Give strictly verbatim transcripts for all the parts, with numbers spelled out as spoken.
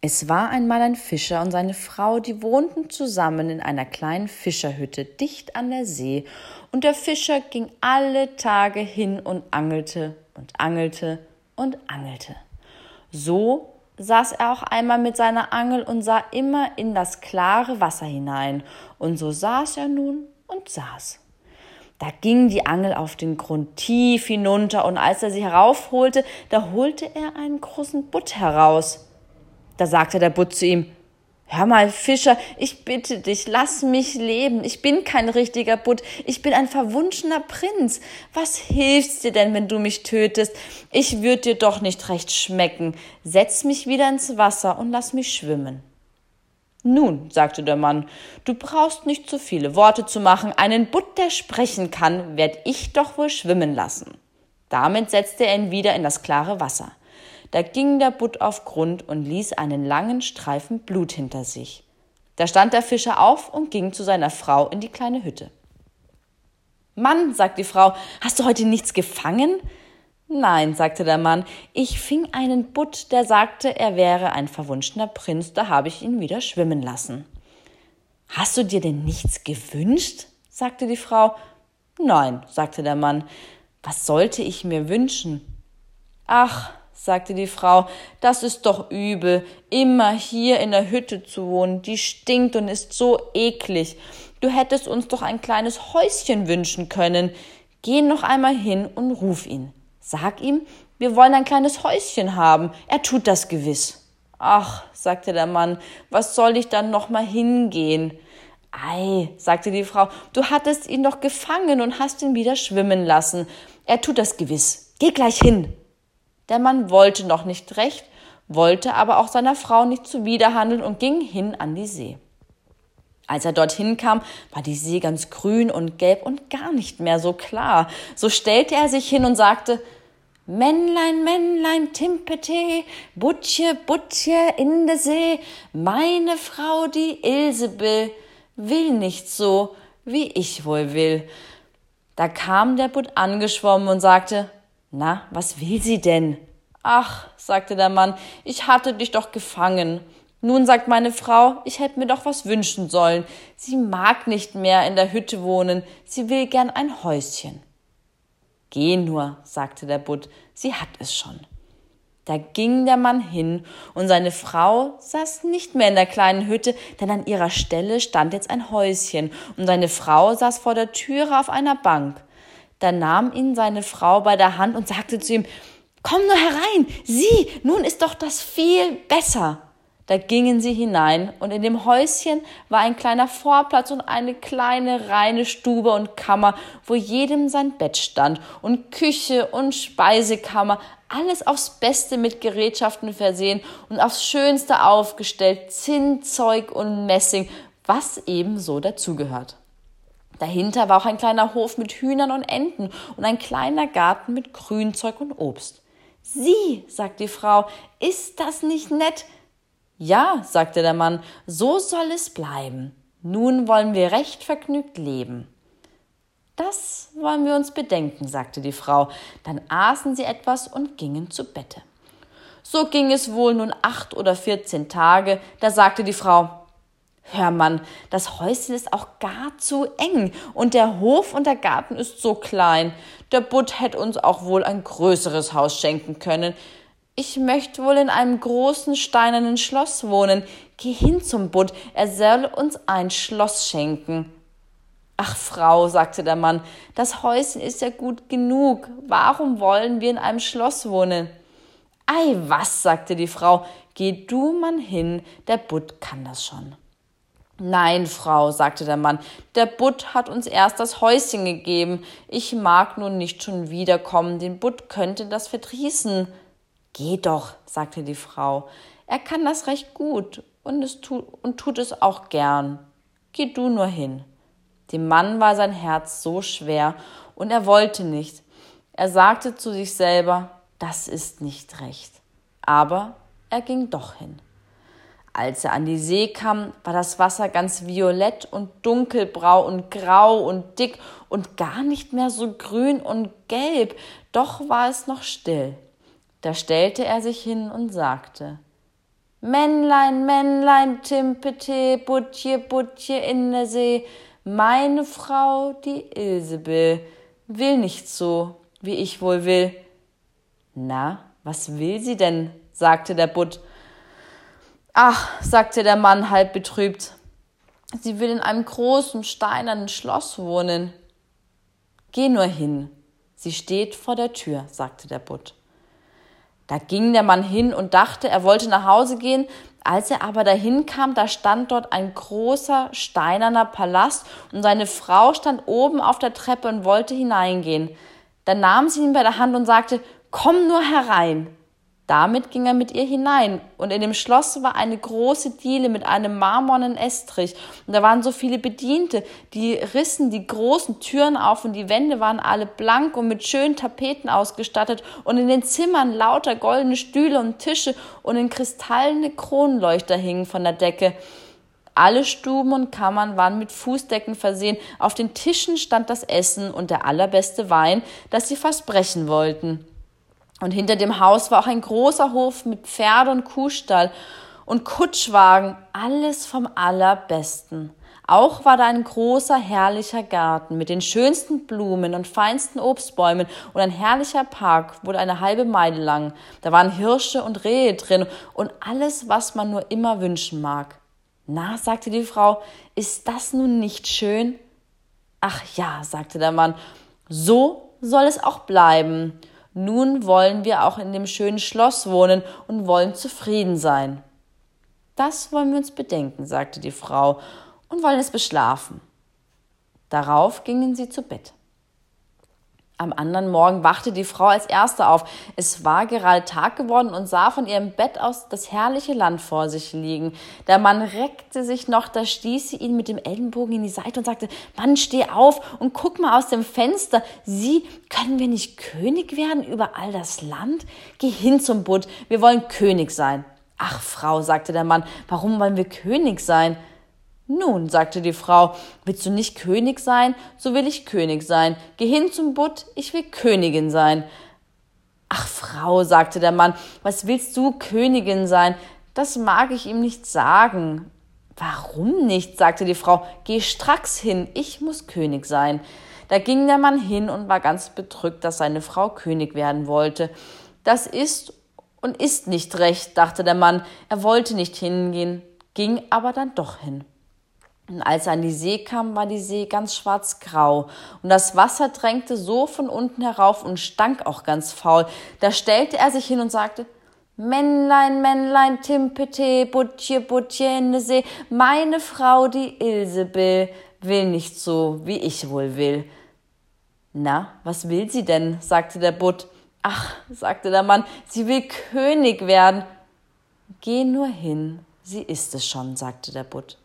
Es war einmal ein Fischer und seine Frau, die wohnten zusammen in einer kleinen Fischerhütte dicht an der See, und der Fischer ging alle Tage hin und angelte und angelte und angelte. So saß er auch einmal mit seiner Angel und sah immer in das klare Wasser hinein, und so saß er nun und saß. Da ging die Angel auf den Grund tief hinunter, und als er sie heraufholte, da holte er einen großen Butt heraus. Da sagte der Butt zu ihm: »Hör mal, Fischer, ich bitte dich, lass mich leben. Ich bin kein richtiger Butt, ich bin ein verwunschener Prinz. Was hilft's dir denn, wenn du mich tötest? Ich würd dir doch nicht recht schmecken. Setz mich wieder ins Wasser und lass mich schwimmen.« »Nun«, sagte der Mann, »du brauchst nicht so viele Worte zu machen. Einen Butt, der sprechen kann, werd ich doch wohl schwimmen lassen.« Damit setzte er ihn wieder in das klare Wasser. Da ging der Butt auf Grund und ließ einen langen Streifen Blut hinter sich. Da stand der Fischer auf und ging zu seiner Frau in die kleine Hütte. »Mann«, sagt die Frau, »hast du heute nichts gefangen?« »Nein«, sagte der Mann, »ich fing einen Butt, der sagte, er wäre ein verwunschener Prinz, da habe ich ihn wieder schwimmen lassen.« »Hast du dir denn nichts gewünscht?«, sagte die Frau. »Nein«, sagte der Mann, »was sollte ich mir wünschen?« »Ach«, sagte die Frau, »das ist doch übel, immer hier in der Hütte zu wohnen, die stinkt und ist so eklig. Du hättest uns doch ein kleines Häuschen wünschen können. Geh noch einmal hin und ruf ihn. Sag ihm, wir wollen ein kleines Häuschen haben, er tut das gewiss.« »Ach«, sagte der Mann, »was soll ich dann noch mal hingehen?« »Ei«, sagte die Frau, »du hattest ihn doch gefangen und hast ihn wieder schwimmen lassen. Er tut das gewiss. Geh gleich hin.« Der Mann wollte noch nicht recht, wollte aber auch seiner Frau nicht zuwiderhandeln und ging hin an die See. Als er dorthin kam, war die See ganz grün und gelb und gar nicht mehr so klar. So stellte er sich hin und sagte: »Männlein, Männlein, Timpete, Butje, Butje in der See, meine Frau, die Ilsebill, will nicht so, wie ich wohl will.« Da kam der Butt angeschwommen und sagte: »Na, was will sie denn?« »Ach«, sagte der Mann, »ich hatte dich doch gefangen. Nun sagt meine Frau, ich hätte mir doch was wünschen sollen. Sie mag nicht mehr in der Hütte wohnen, sie will gern ein Häuschen.« »Geh nur«, sagte der Butt, »sie hat es schon.« Da ging der Mann hin, und seine Frau saß nicht mehr in der kleinen Hütte, denn an ihrer Stelle stand jetzt ein Häuschen, und seine Frau saß vor der Türe auf einer Bank. Da nahm ihn seine Frau bei der Hand und sagte zu ihm: »Komm nur herein, sieh, nun ist doch das viel besser.« Da gingen sie hinein, und in dem Häuschen war ein kleiner Vorplatz und eine kleine reine Stube und Kammer, wo jedem sein Bett stand, und Küche und Speisekammer, alles aufs Beste mit Gerätschaften versehen und aufs Schönste aufgestellt, Zinnzeug und Messing, was eben so dazugehört. Dahinter war auch ein kleiner Hof mit Hühnern und Enten und ein kleiner Garten mit Grünzeug und Obst. »Sieh«, sagt die Frau, »ist das nicht nett?« »Ja«, sagte der Mann, »so soll es bleiben. Nun wollen wir recht vergnügt leben.« »Das wollen wir uns bedenken«, sagte die Frau. Dann aßen sie etwas und gingen zu Bette. So ging es wohl nun acht oder vierzehn Tage. Da sagte die Frau: »Hör, Mann, das Häuschen ist auch gar zu eng, und der Hof und der Garten ist so klein. Der Butt hätte uns auch wohl ein größeres Haus schenken können. Ich möchte wohl in einem großen steinernen Schloss wohnen. Geh hin zum Butt, er soll uns ein Schloss schenken.« »Ach, Frau«, sagte der Mann, »das Häuschen ist ja gut genug. Warum wollen wir in einem Schloss wohnen?« »Ei, was«, sagte die Frau, »geh du, Mann, hin, der Butt kann das schon.« »Nein, Frau«, sagte der Mann, »der Butt hat uns erst das Häuschen gegeben. Ich mag nun nicht schon wiederkommen, den Butt könnte das verdrießen.« »Geh doch«, sagte die Frau, »er kann das recht gut und, es tu- und tut es auch gern. Geh du nur hin.« Dem Mann war sein Herz so schwer, und er wollte nicht. Er sagte zu sich selber: »Das ist nicht recht.« Aber er ging doch hin. Als er an die See kam, war das Wasser ganz violett und dunkelbrau und grau und dick und gar nicht mehr so grün und gelb, doch war es noch still. Da stellte er sich hin und sagte: Männlein, Männlein, Timpete, Butje, Butje in der See, meine Frau, die Ilsebill, will nicht so, wie ich wohl will. Na, was will sie denn? Sagte der Butt. Ach, sagte der Mann halb betrübt, sie will in einem großen steinernen Schloss wohnen. Geh nur hin, sie steht vor der Tür, sagte der Butt. Da ging der Mann hin und dachte, er wollte nach Hause gehen. Als er aber dahin kam, da stand dort ein großer steinerner Palast und seine Frau stand oben auf der Treppe und wollte hineingehen. Da nahm sie ihn bei der Hand und sagte, komm nur herein. Damit ging er mit ihr hinein und in dem Schloss war eine große Diele mit einem marmornen Estrich und da waren so viele Bediente, die rissen die großen Türen auf und die Wände waren alle blank und mit schönen Tapeten ausgestattet und in den Zimmern lauter goldene Stühle und Tische und in kristallene Kronleuchter hingen von der Decke. Alle Stuben und Kammern waren mit Fußdecken versehen, auf den Tischen stand das Essen und der allerbeste Wein, dass sie fast brechen wollten. Und hinter dem Haus war auch ein großer Hof mit Pferde- und Kuhstall und Kutschwagen, alles vom Allerbesten. Auch war da ein großer, herrlicher Garten mit den schönsten Blumen und feinsten Obstbäumen und ein herrlicher Park, wurde eine halbe Meile lang. Da waren Hirsche und Rehe drin und alles, was man nur immer wünschen mag. Na, sagte die Frau, ist das nun nicht schön? Ach ja, sagte der Mann, so soll es auch bleiben. Nun wollen wir auch in dem schönen Schloss wohnen und wollen zufrieden sein. Das wollen wir uns bedenken, sagte die Frau, und wollen es beschlafen. Darauf gingen sie zu Bett. Am anderen Morgen wachte die Frau als Erste auf. Es war gerade Tag geworden und sah von ihrem Bett aus das herrliche Land vor sich liegen. Der Mann reckte sich noch, da stieß sie ihn mit dem Ellenbogen in die Seite und sagte, Mann, steh auf und guck mal aus dem Fenster. Sieh, können wir nicht König werden über all das Land? Geh hin zum Butt, wir wollen König sein. Ach, Frau, sagte der Mann, warum wollen wir König sein? Nun, sagte die Frau, willst du nicht König sein, so will ich König sein. Geh hin zum Butt, ich will Königin sein. Ach, Frau, sagte der Mann, was willst du Königin sein? Das mag ich ihm nicht sagen. Warum nicht, sagte die Frau, geh stracks hin, ich muss König sein. Da ging der Mann hin und war ganz bedrückt, dass seine Frau König werden wollte. Das ist und ist nicht recht, dachte der Mann. Er wollte nicht hingehen, ging aber dann doch hin. Und als er an die See kam, war die See ganz schwarz-grau und das Wasser drängte so von unten herauf und stank auch ganz faul. Da stellte er sich hin und sagte, Männlein, Männlein, Timpete, Butje, Butje in der See, meine Frau, die Ilsebill, will nicht so, wie ich wohl will. Na, was will sie denn, sagte der Butt. Ach, sagte der Mann, sie will König werden. Geh nur hin, sie ist es schon, sagte der Butt.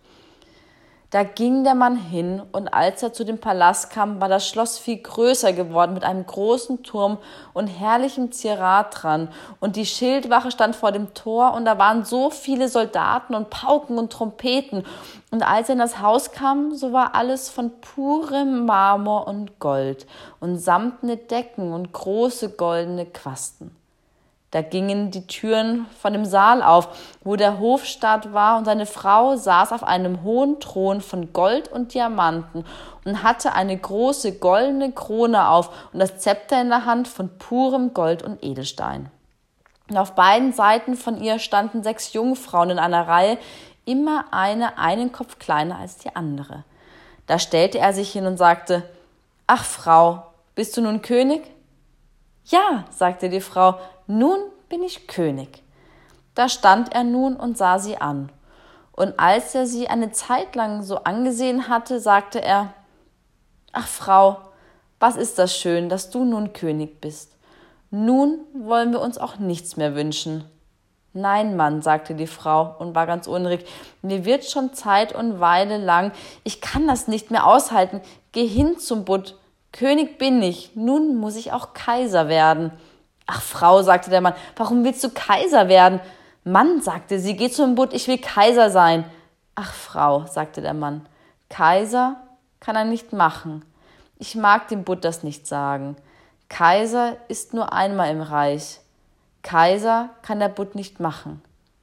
Da ging der Mann hin, und als er zu dem Palast kam, war das Schloss viel größer geworden, mit einem großen Turm und herrlichem Zierat dran. Und die Schildwache stand vor dem Tor, und da waren so viele Soldaten und Pauken und Trompeten. Und als er in das Haus kam, so war alles von purem Marmor und Gold und samtne Decken und große goldene Quasten. Da gingen die Türen von dem Saal auf, wo der Hofstaat war, und seine Frau saß auf einem hohen Thron von Gold und Diamanten und hatte eine große goldene Krone auf und das Zepter in der Hand von purem Gold und Edelstein. Und auf beiden Seiten von ihr standen sechs Jungfrauen in einer Reihe, immer eine einen Kopf kleiner als die andere. Da stellte er sich hin und sagte, »Ach, Frau, bist du nun König?« »Ja«, sagte die Frau, »nun bin ich König.« Da stand er nun und sah sie an. Und als er sie eine Zeit lang so angesehen hatte, sagte er, »Ach, Frau, was ist das schön, dass du nun König bist. Nun wollen wir uns auch nichts mehr wünschen.« »Nein, Mann«, sagte die Frau und war ganz unruhig, »mir wird schon Zeit und Weile lang, ich kann das nicht mehr aushalten, geh hin zum Butt, König bin ich, nun muss ich auch Kaiser werden.« »Ach, Frau«, sagte der Mann, »warum willst du Kaiser werden?« »Mann«, sagte sie, »geh zum Butt, ich will Kaiser sein.« »Ach, Frau«, sagte der Mann, »Kaiser kann er nicht machen. Ich mag dem Butt das nicht sagen. Kaiser ist nur einmal im Reich. Kaiser kann der Butt nicht machen.«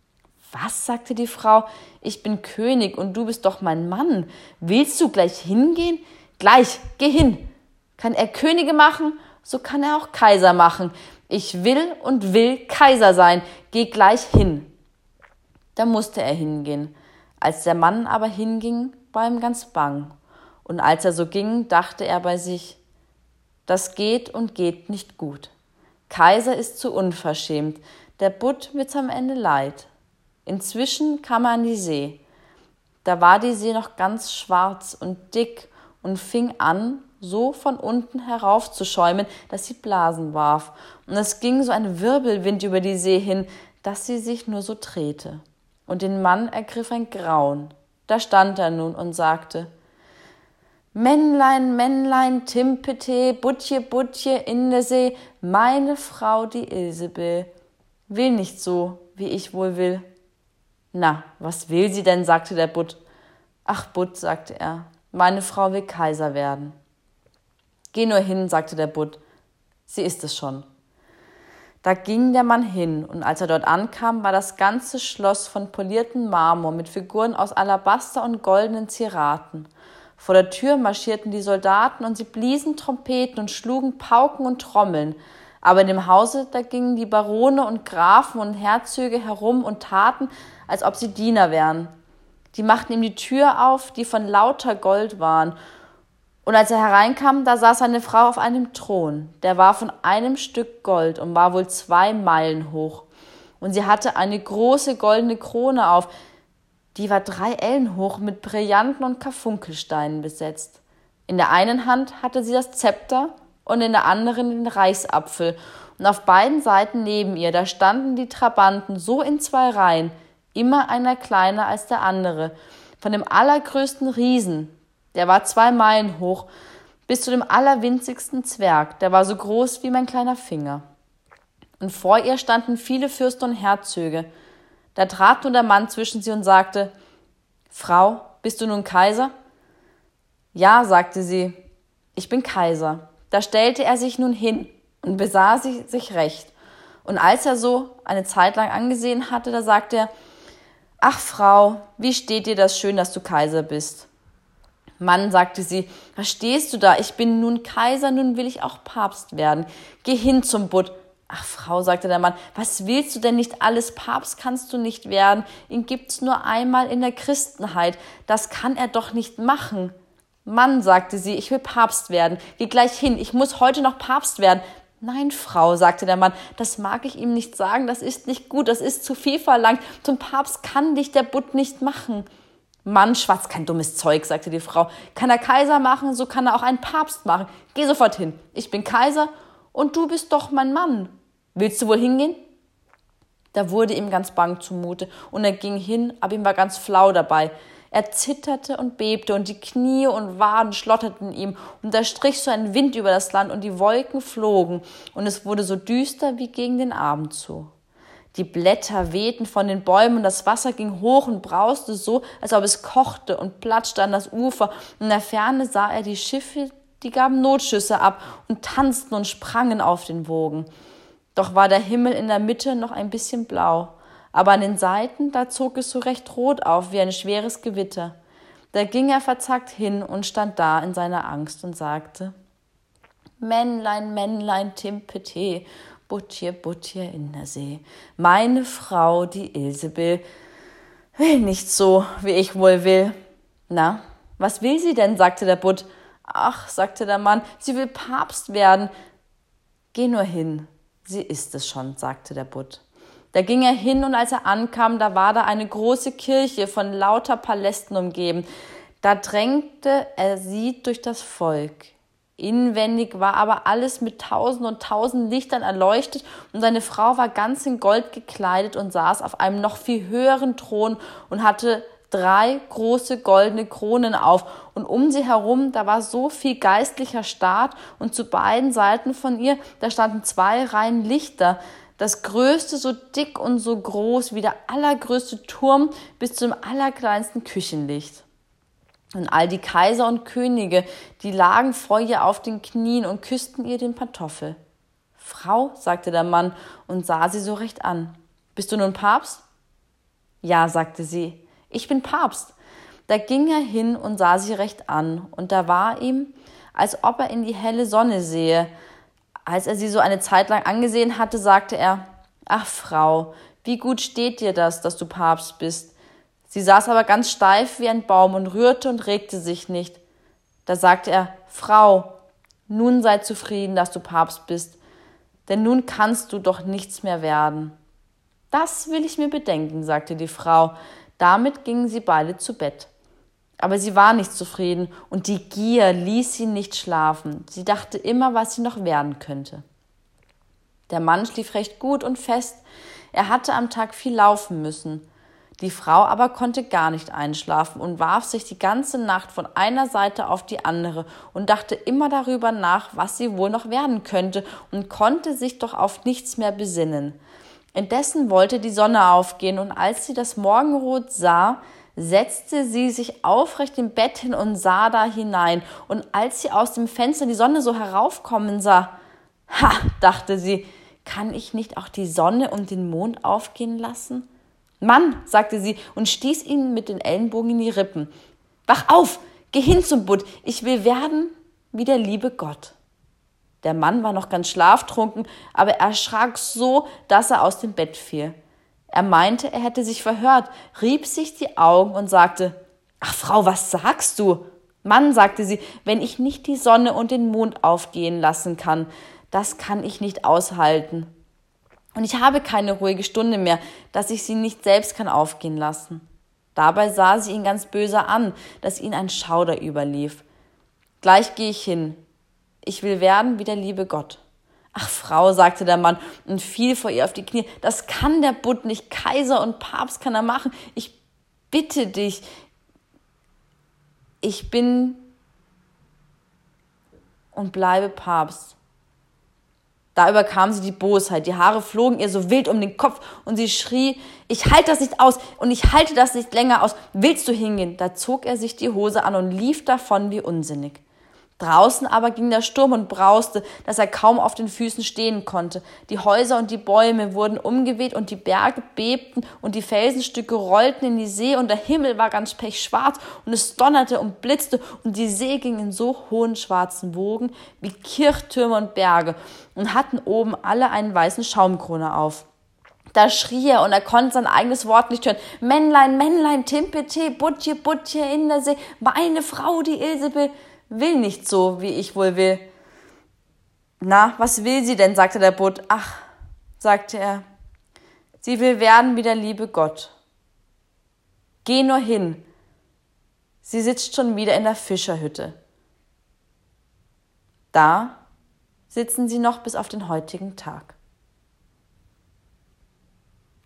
Was, sagte die Frau, ich bin König und du bist doch mein Mann. Willst du gleich hingehen? Gleich, geh hin. Kann er Könige machen, so kann er auch Kaiser machen. Ich will und will Kaiser sein. Geh gleich hin. Da musste er hingehen. Als der Mann aber hinging, war ihm ganz bang. Und als er so ging, dachte er bei sich, das geht und geht nicht gut. Kaiser ist zu unverschämt, der Butt wird's am Ende leid. Inzwischen kam er an die See. Da war die See noch ganz schwarz und dick und fing an, so von unten herauf zu schäumen, dass sie Blasen warf. Und es ging so ein Wirbelwind über die See hin, dass sie sich nur so drehte. Und den Mann ergriff ein Grauen. Da stand er nun und sagte, Männlein, Männlein, Timpete, Butje, Butje in der See, meine Frau, die Ilsebill, will nicht so, wie ich wohl will. Na, was will sie denn, sagte der Butt. Ach, Butt, sagte er, meine Frau will Kaiser werden. Geh nur hin, sagte der Butt, sie ist es schon. Da ging der Mann hin, und als er dort ankam, war das ganze Schloss von poliertem Marmor mit Figuren aus Alabaster und goldenen Zieraten. Vor der Tür marschierten die Soldaten und sie bliesen Trompeten und schlugen Pauken und Trommeln. Aber in dem Hause, da gingen die Barone und Grafen und Herzöge herum und taten, als ob sie Diener wären. Die machten ihm die Tür auf, die von lauter Gold waren. Und als er hereinkam, da saß eine Frau auf einem Thron. Der war von einem Stück Gold und war wohl zwei Meilen hoch. Und sie hatte eine große goldene Krone auf, die war drei Ellen hoch, mit Brillanten und Karfunkelsteinen besetzt. In der einen Hand hatte sie das Zepter und in der anderen den Reichsapfel. Und auf beiden Seiten neben ihr, da standen die Trabanten so in zwei Reihen, immer einer kleiner als der andere, von dem allergrößten Riesen, der war zwei Meilen hoch, bis zu dem allerwinzigsten Zwerg, der war so groß wie mein kleiner Finger. Und vor ihr standen viele Fürsten und Herzöge. Da trat nun der Mann zwischen sie und sagte, Frau, bist du nun Kaiser? Ja, sagte sie, ich bin Kaiser. Da stellte er sich nun hin und besah sich, sich recht. Und als er so eine Zeit lang angesehen hatte, da sagte er, ach Frau, wie steht dir das schön, dass du Kaiser bist? Mann, sagte sie, was stehst du da? Ich bin nun Kaiser, nun will ich auch Papst werden. Geh hin zum Butt. Ach Frau, sagte der Mann, was willst du denn nicht alles? Papst kannst du nicht werden. Ihn gibt's nur einmal in der Christenheit. Das kann er doch nicht machen. Mann, sagte sie, ich will Papst werden. Geh gleich hin, ich muss heute noch Papst werden. Nein, Frau, sagte der Mann, das mag ich ihm nicht sagen, das ist nicht gut, das ist zu viel verlangt. Zum Papst kann dich der Butt nicht machen. Mann, schwatz kein dummes Zeug, sagte die Frau. Kann er Kaiser machen, so kann er auch einen Papst machen. Geh sofort hin, ich bin Kaiser und du bist doch mein Mann. Willst du wohl hingehen? Da wurde ihm ganz bang zumute und er ging hin, aber ihm war ganz flau dabei. Er zitterte und bebte und die Knie und Waden schlotterten ihm und da strich so ein Wind über das Land und die Wolken flogen und es wurde so düster wie gegen den Abend zu. Die Blätter wehten von den Bäumen und das Wasser ging hoch und brauste so, als ob es kochte und platschte an das Ufer. Und in der Ferne sah er die Schiffe, die gaben Notschüsse ab und tanzten und sprangen auf den Wogen. Doch war der Himmel in der Mitte noch ein bisschen blau, aber an den Seiten, da zog es so recht rot auf wie ein schweres Gewitter. Da ging er verzagt hin und stand da in seiner Angst und sagte, Männlein, Männlein, Timpete, Butje, Butje in der See. Meine Frau, die Ilsebill, will nicht so, wie ich wohl will. Na, was will sie denn, sagte der Butt. Ach, sagte der Mann, sie will Papst werden. Geh nur hin. Sie ist es schon, sagte der Butt. Da ging er hin und als er ankam, da war da eine große Kirche von lauter Palästen umgeben. Da drängte er sie durch das Volk. Inwendig war aber alles mit tausend und tausend Lichtern erleuchtet und seine Frau war ganz in Gold gekleidet und saß auf einem noch viel höheren Thron und hatte drei große goldene Kronen auf und um sie herum, da war so viel geistlicher Staat und zu beiden Seiten von ihr, da standen zwei Reihen Lichter, das größte so dick und so groß wie der allergrößte Turm bis zum allerkleinsten Küchenlicht. Und all die Kaiser und Könige, die lagen vor ihr auf den Knien und küssten ihr den Pantoffel. Frau, sagte der Mann und sah sie so recht an, bist du nun Papst? Ja, sagte sie, ich bin Papst. Da ging er hin und sah sie recht an, und da war ihm, als ob er in die helle Sonne sehe. Als er sie so eine Zeit lang angesehen hatte, sagte er, »Ach, Frau, wie gut steht dir das, dass du Papst bist?« Sie saß aber ganz steif wie ein Baum und rührte und regte sich nicht. Da sagte er, »Frau, nun sei zufrieden, dass du Papst bist, denn nun kannst du doch nichts mehr werden.« »Das will ich mir bedenken«, sagte die Frau. Damit gingen sie beide zu Bett. Aber sie war nicht zufrieden, und die Gier ließ sie nicht schlafen. Sie dachte immer, was sie noch werden könnte. Der Mann schlief recht gut und fest. Er hatte am Tag viel laufen müssen. Die Frau aber konnte gar nicht einschlafen und warf sich die ganze Nacht von einer Seite auf die andere und dachte immer darüber nach, was sie wohl noch werden könnte, und konnte sich doch auf nichts mehr besinnen. Indessen wollte die Sonne aufgehen, und als sie das Morgenrot sah, setzte sie sich aufrecht im Bett hin und sah da hinein. Und als sie aus dem Fenster die Sonne so heraufkommen sah, »Ha«, dachte sie, »kann ich nicht auch die Sonne und den Mond aufgehen lassen?« »Mann«, sagte sie und stieß ihn mit den Ellenbogen in die Rippen, »wach auf, geh hin zum Butt, ich will werden wie der liebe Gott.« Der Mann war noch ganz schlaftrunken, aber er erschrak so, dass er aus dem Bett fiel. Er meinte, er hätte sich verhört, rieb sich die Augen und sagte, »Ach, Frau, was sagst du?« »Mann«, sagte sie, »wenn ich nicht die Sonne und den Mond aufgehen lassen kann, das kann ich nicht aushalten. Und ich habe keine ruhige Stunde mehr, dass ich sie nicht selbst kann aufgehen lassen.« Dabei sah sie ihn ganz böse an, dass ihn ein Schauder überlief. »Gleich gehe ich hin. Ich will werden wie der liebe Gott.« »Ach, Frau«, sagte der Mann und fiel vor ihr auf die Knie, »das kann der Butt nicht, Kaiser und Papst kann er machen. Ich bitte dich, ich bin und bleibe Papst.« Da überkam sie die Bosheit, die Haare flogen ihr so wild um den Kopf und sie schrie, »Ich halte das nicht aus und ich halte das nicht länger aus. Willst du hingehen?« Da zog er sich die Hose an und lief davon wie unsinnig. Draußen aber ging der Sturm und brauste, dass er kaum auf den Füßen stehen konnte. Die Häuser und die Bäume wurden umgeweht und die Berge bebten und die Felsenstücke rollten in die See und der Himmel war ganz pechschwarz und es donnerte und blitzte und die See ging in so hohen schwarzen Wogen wie Kirchtürme und Berge und hatten oben alle einen weißen Schaumkrone auf. Da schrie er und er konnte sein eigenes Wort nicht hören. »Männlein, Männlein, Timpete, Butje, Butje in der See, meine Frau, die Ilsebill, will nicht so, wie ich wohl will.« »Na, was will sie denn?« sagte der Butt. »Ach«, sagte er, »sie will werden wie der liebe Gott. Geh nur hin. Sie sitzt schon wieder in der Fischerhütte. Da sitzen sie noch bis auf den heutigen Tag.«